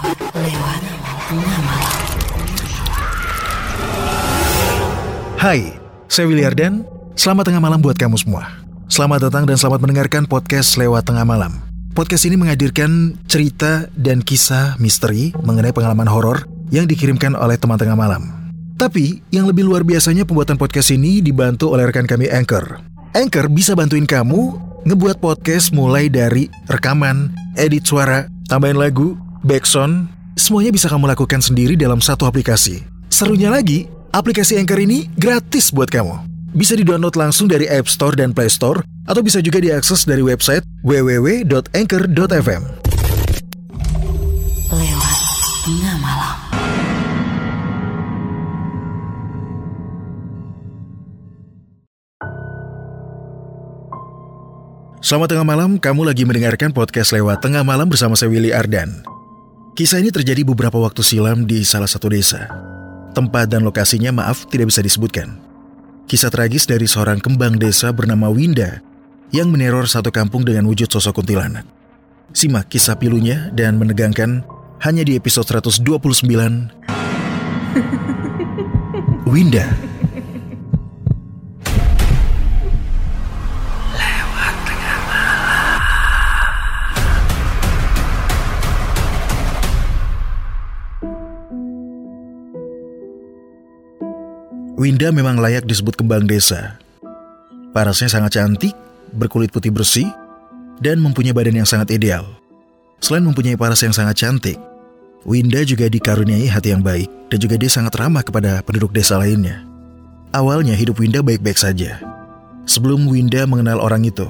Lewat tengah malam. Hai, saya Willy Ardan. Selamat tengah malam buat kamu semua. Selamat datang dan selamat mendengarkan podcast Lewat Tengah Malam. Podcast ini menghadirkan cerita dan kisah misteri mengenai pengalaman horor yang dikirimkan oleh teman tengah malam. Tapi, yang lebih luar biasanya pembuatan podcast ini dibantu oleh rekan kami Anchor. Anchor bisa bantuin kamu ngebuat podcast mulai dari rekaman, edit suara, tambahin lagu, backsound, semuanya bisa kamu lakukan sendiri dalam satu aplikasi. Serunya lagi, aplikasi Anchor ini gratis buat kamu. Bisa di-download langsung dari App Store dan Play Store, atau bisa juga diakses dari website www.anchor.fm. Lewat tengah malam. Selamat tengah malam, kamu lagi mendengarkan podcast Lewat Tengah Malam bersama saya Willy Ardan. Kisah ini terjadi beberapa waktu silam di salah satu desa. Tempat dan lokasinya tidak bisa disebutkan. Kisah tragis dari seorang kembang desa bernama Winda yang meneror satu kampung dengan wujud sosok kuntilanak. Simak kisah pilunya dan menegangkan hanya di episode 129 Winda. Winda memang layak disebut kembang desa. Parasnya sangat cantik, berkulit putih bersih, dan mempunyai badan yang sangat ideal. Selain mempunyai paras yang sangat cantik, Winda juga dikaruniai hati yang baik, dan juga dia sangat ramah kepada penduduk desa lainnya. Awalnya hidup Winda baik-baik saja. Sebelum Winda mengenal orang itu,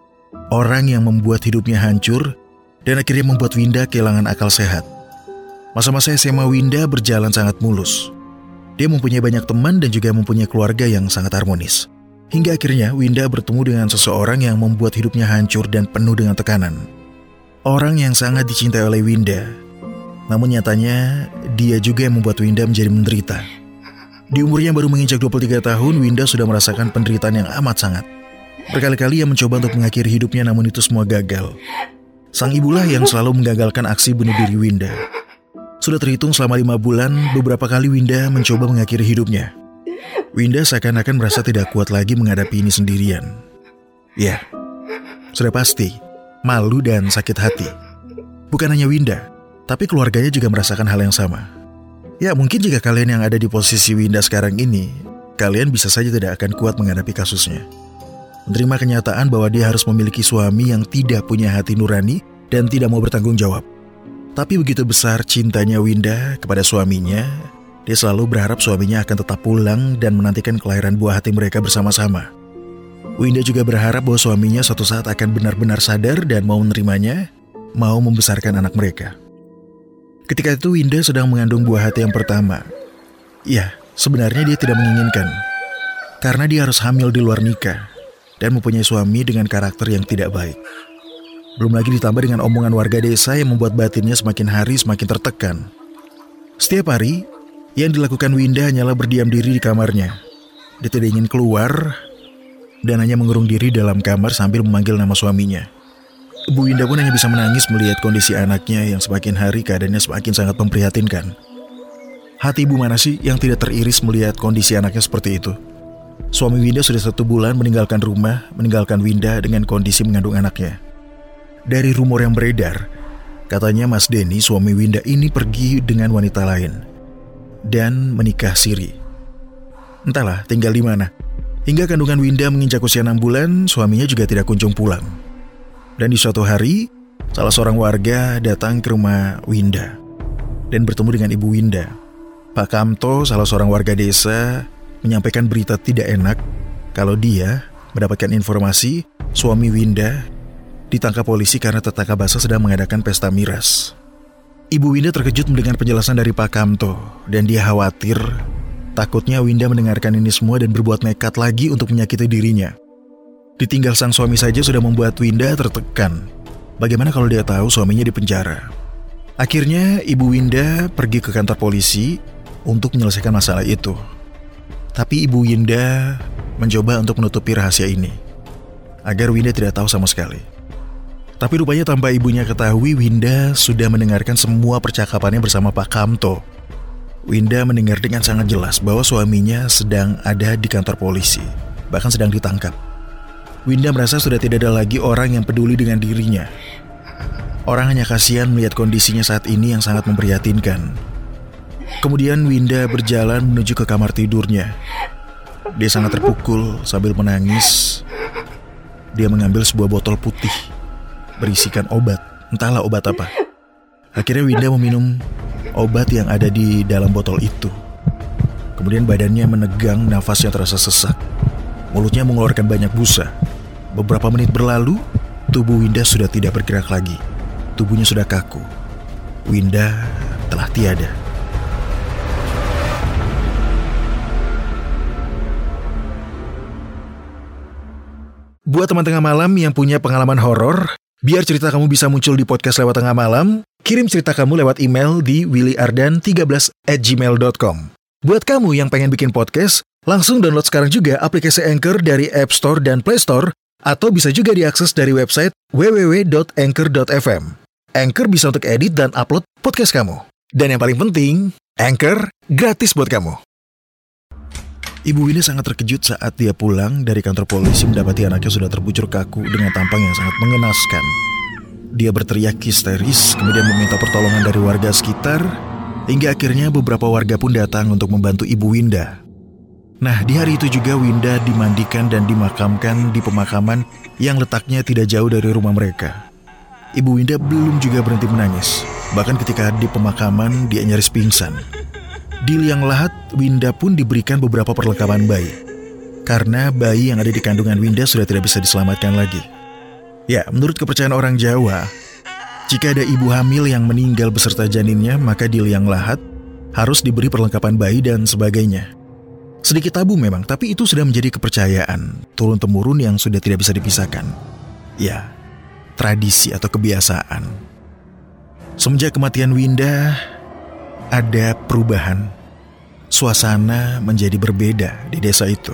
orang yang membuat hidupnya hancur, dan akhirnya membuat Winda kehilangan akal sehat. Masa-masa SMA Winda berjalan sangat mulus. Dia mempunyai banyak teman dan juga mempunyai keluarga yang sangat harmonis. Hingga akhirnya Winda bertemu dengan seseorang yang membuat hidupnya hancur dan penuh dengan tekanan. Orang yang sangat dicintai oleh Winda. Namun nyatanya, dia juga yang membuat Winda menjadi menderita. Di umurnya baru menginjak 23 tahun, Winda sudah merasakan penderitaan yang amat sangat. Berkali-kali ia mencoba untuk mengakhiri hidupnya, namun itu semua gagal. Sang ibulah yang selalu menggagalkan aksi bunuh diri Winda. Sudah terhitung selama 5 bulan, beberapa kali Winda mencoba mengakhiri hidupnya. Winda seakan-akan merasa tidak kuat lagi menghadapi ini sendirian. Ya, sudah pasti, malu dan sakit hati. Bukan hanya Winda, tapi keluarganya juga merasakan hal yang sama. Ya, mungkin jika kalian yang ada di posisi Winda sekarang ini, kalian bisa saja tidak akan kuat menghadapi kasusnya. Menerima kenyataan bahwa dia harus memiliki suami yang tidak punya hati nurani dan tidak mau bertanggung jawab. Tapi begitu besar cintanya Winda kepada suaminya, dia selalu berharap suaminya akan tetap pulang dan menantikan kelahiran buah hati mereka bersama-sama. Winda juga berharap bahwa suaminya suatu saat akan benar-benar sadar dan mau menerimanya, mau membesarkan anak mereka. Ketika itu Winda sedang mengandung buah hati yang pertama. Ya, sebenarnya dia tidak menginginkan, karena dia harus hamil di luar nikah dan mempunyai suami dengan karakter yang tidak baik. Belum lagi ditambah dengan omongan warga desa yang membuat batinnya semakin hari semakin tertekan. Setiap hari, yang dilakukan Winda hanyalah berdiam diri di kamarnya. Dia tidak ingin keluar dan hanya mengurung diri dalam kamar sambil memanggil nama suaminya. Ibu Winda pun hanya bisa menangis melihat kondisi anaknya yang semakin hari keadaannya semakin sangat memprihatinkan. Hati ibu mana sih yang tidak teriris melihat kondisi anaknya seperti itu? Suami Winda sudah 1 bulan meninggalkan rumah, meninggalkan Winda dengan kondisi mengandung anaknya. Dari rumor yang beredar, katanya Mas Denny, suami Winda ini pergi dengan wanita lain dan menikah siri. Entahlah tinggal di mana. Hingga kandungan Winda menginjak usia 6 bulan, suaminya juga tidak kunjung pulang. Dan di suatu hari, salah seorang warga datang ke rumah Winda dan bertemu dengan ibu Winda. Pak Kamto, salah seorang warga desa, menyampaikan berita tidak enak kalau dia mendapatkan informasi suami Winda ditangkap polisi karena tetangga basah sedang mengadakan pesta miras. Ibu Winda terkejut mendengar penjelasan dari Pak Kamto dan dia khawatir. Takutnya Winda mendengarkan ini semua dan berbuat nekat lagi untuk menyakiti dirinya. Ditinggal sang suami saja sudah membuat Winda tertekan. Bagaimana kalau dia tahu suaminya dipenjara? Akhirnya Ibu Winda pergi ke kantor polisi untuk menyelesaikan masalah itu. Tapi Ibu Winda mencoba untuk menutupi rahasia ini agar Winda tidak tahu sama sekali. Tapi rupanya tanpa ibunya ketahui, Winda sudah mendengarkan semua percakapannya bersama Pak Kamto. Winda mendengar dengan sangat jelas bahwa suaminya sedang ada di kantor polisi, bahkan sedang ditangkap. Winda merasa sudah tidak ada lagi orang yang peduli dengan dirinya. Orang hanya kasihan melihat kondisinya saat ini yang sangat memprihatinkan. Kemudian Winda berjalan menuju ke kamar tidurnya. Dia sangat terpukul sambil menangis. Dia mengambil sebuah botol putih berisikan obat, entahlah obat apa. Akhirnya Winda meminum obat yang ada di dalam botol itu. Kemudian badannya menegang, nafasnya terasa sesak. Mulutnya mengeluarkan banyak busa. Beberapa menit berlalu, tubuh Winda sudah tidak bergerak lagi. Tubuhnya sudah kaku. Winda telah tiada. Buat teman tengah malam yang punya pengalaman horor, biar cerita kamu bisa muncul di podcast lewat tengah malam, kirim cerita kamu lewat email di willyardan13@gmail.com. Buat kamu yang pengen bikin podcast, langsung download sekarang juga aplikasi Anchor dari App Store dan Play Store, atau bisa juga diakses dari website www.anchor.fm. Anchor bisa untuk edit dan upload podcast kamu. Dan yang paling penting, Anchor gratis buat kamu. Ibu Winda sangat terkejut saat dia pulang dari kantor polisi mendapati anaknya sudah terbujur kaku dengan tampang yang sangat mengenaskan. Dia berteriak histeris, kemudian meminta pertolongan dari warga sekitar, hingga akhirnya beberapa warga pun datang untuk membantu Ibu Winda. Nah, di hari itu juga Winda dimandikan dan dimakamkan di pemakaman yang letaknya tidak jauh dari rumah mereka. Ibu Winda belum juga berhenti menangis. Bahkan ketika di pemakaman, dia nyaris pingsan. Di liang lahat, Winda pun diberikan beberapa perlengkapan bayi. Karena bayi yang ada di kandungan Winda sudah tidak bisa diselamatkan lagi. Ya, menurut kepercayaan orang Jawa, jika ada ibu hamil yang meninggal beserta janinnya, maka di liang lahat harus diberi perlengkapan bayi dan sebagainya. Sedikit tabu memang, tapi itu sudah menjadi kepercayaan turun-temurun yang sudah tidak bisa dipisahkan. Ya, tradisi atau kebiasaan. Semenjak kematian Winda, ada perubahan. Suasana menjadi berbeda di desa itu.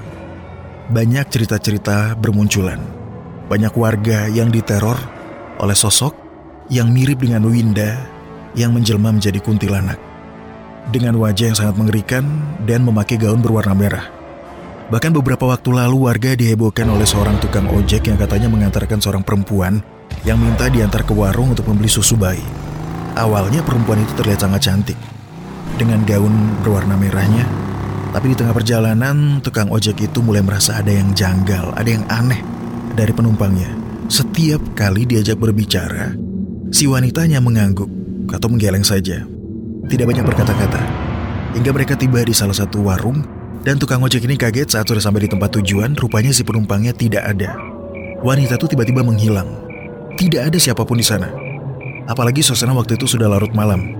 Banyak cerita-cerita bermunculan. Banyak warga yang diteror oleh sosok yang mirip dengan Winda yang menjelma menjadi kuntilanak. Dengan wajah yang sangat mengerikan dan memakai gaun berwarna merah. Bahkan beberapa waktu lalu warga dihebohkan oleh seorang tukang ojek yang katanya mengantarkan seorang perempuan yang minta diantar ke warung untuk membeli susu bayi. Awalnya perempuan itu terlihat sangat cantik dengan gaun berwarna merahnya. Tapi di tengah perjalanan, tukang ojek itu mulai merasa ada yang janggal, ada yang aneh dari penumpangnya. Setiap kali diajak berbicara, si wanitanya mengangguk atau menggeleng saja. Tidak banyak berkata-kata. Hingga mereka tiba di salah satu warung, dan tukang ojek ini kaget saat sudah sampai di tempat tujuan. Rupanya si penumpangnya tidak ada. Wanita itu tiba-tiba menghilang. Tidak ada siapapun di sana. Apalagi suasana waktu itu sudah larut malam.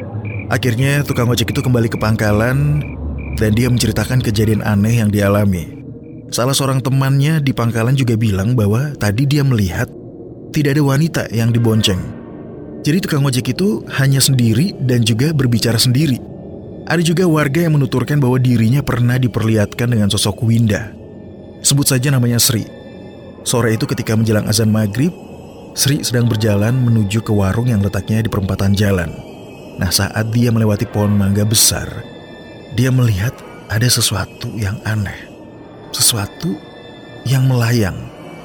Akhirnya tukang ojek itu kembali ke pangkalan, dan dia menceritakan kejadian aneh yang dialami. Salah seorang temannya di pangkalan juga bilang bahwa tadi dia melihat tidak ada wanita yang dibonceng. Jadi tukang ojek itu hanya sendiri dan juga berbicara sendiri. Ada juga warga yang menuturkan bahwa dirinya pernah diperlihatkan dengan sosok Winda. Sebut saja namanya Sri. Sore itu ketika menjelang azan maghrib, Sri sedang berjalan menuju ke warung yang letaknya di perempatan jalan. Nah, saat dia melewati pohon mangga besar, dia melihat ada sesuatu yang aneh. Sesuatu yang melayang.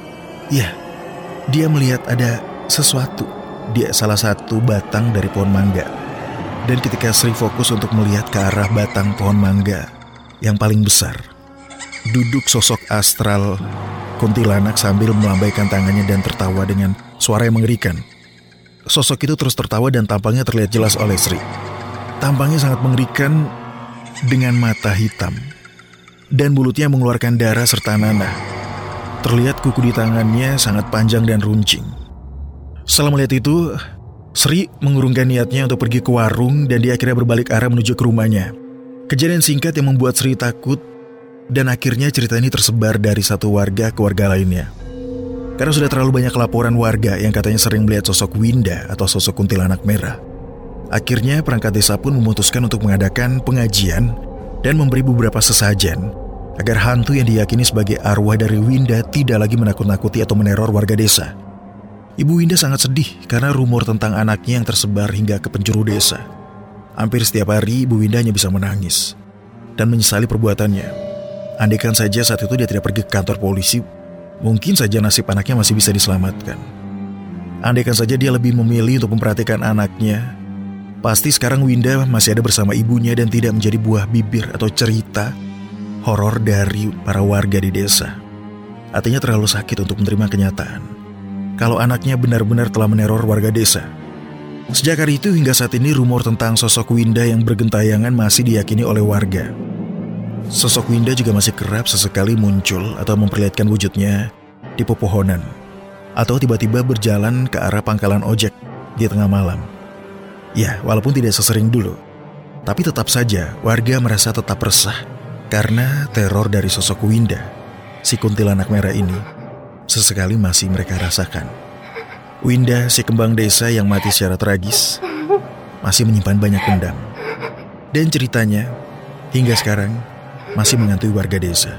Ya, dia melihat ada sesuatu di salah satu batang dari pohon mangga. Dan ketika Sri fokus untuk melihat ke arah batang pohon mangga yang paling besar, duduk sosok astral kuntilanak sambil melambaikan tangannya dan tertawa dengan suara yang mengerikan. Sosok itu terus tertawa dan tampangnya terlihat jelas oleh Sri. Tampangnya sangat mengerikan dengan mata hitam. Dan mulutnya mengeluarkan darah serta nanah. Terlihat kuku di tangannya sangat panjang dan runcing. Setelah melihat itu, Sri mengurungkan niatnya untuk pergi ke warung dan dia akhirnya berbalik arah menuju ke rumahnya. Kejadian singkat yang membuat Sri takut dan akhirnya cerita ini tersebar dari satu warga ke warga lainnya. Karena sudah terlalu banyak laporan warga yang katanya sering melihat sosok Winda atau sosok kuntilanak merah. Akhirnya perangkat desa pun memutuskan untuk mengadakan pengajian dan memberi beberapa sesajen agar hantu yang diyakini sebagai arwah dari Winda tidak lagi menakut-nakuti atau meneror warga desa. Ibu Winda sangat sedih karena rumor tentang anaknya yang tersebar hingga ke penjuru desa. Hampir setiap hari Ibu Winda hanya bisa menangis dan menyesali perbuatannya. Andaikan saja saat itu dia tidak pergi ke kantor polisi, mungkin saja nasib anaknya masih bisa diselamatkan. Andaikan saja dia lebih memilih untuk memperhatikan anaknya, pasti sekarang Winda masih ada bersama ibunya dan tidak menjadi buah bibir atau cerita horor dari para warga di desa. Hatinya terlalu sakit untuk menerima kenyataan kalau anaknya benar-benar telah meneror warga desa. Sejak hari itu hingga saat ini rumor tentang sosok Winda yang bergentayangan masih diyakini oleh warga. Sosok Winda juga masih kerap sesekali muncul atau memperlihatkan wujudnya di pepohonan, atau tiba-tiba berjalan ke arah pangkalan ojek di tengah malam. Ya, walaupun tidak sesering dulu, tapi tetap saja warga merasa tetap resah karena teror dari sosok Winda, si kuntilanak merah ini, sesekali masih mereka rasakan. Winda, si kembang desa yang mati secara tragis, masih menyimpan banyak dendam. Dan ceritanya, hingga sekarang, masih menghantui warga desa.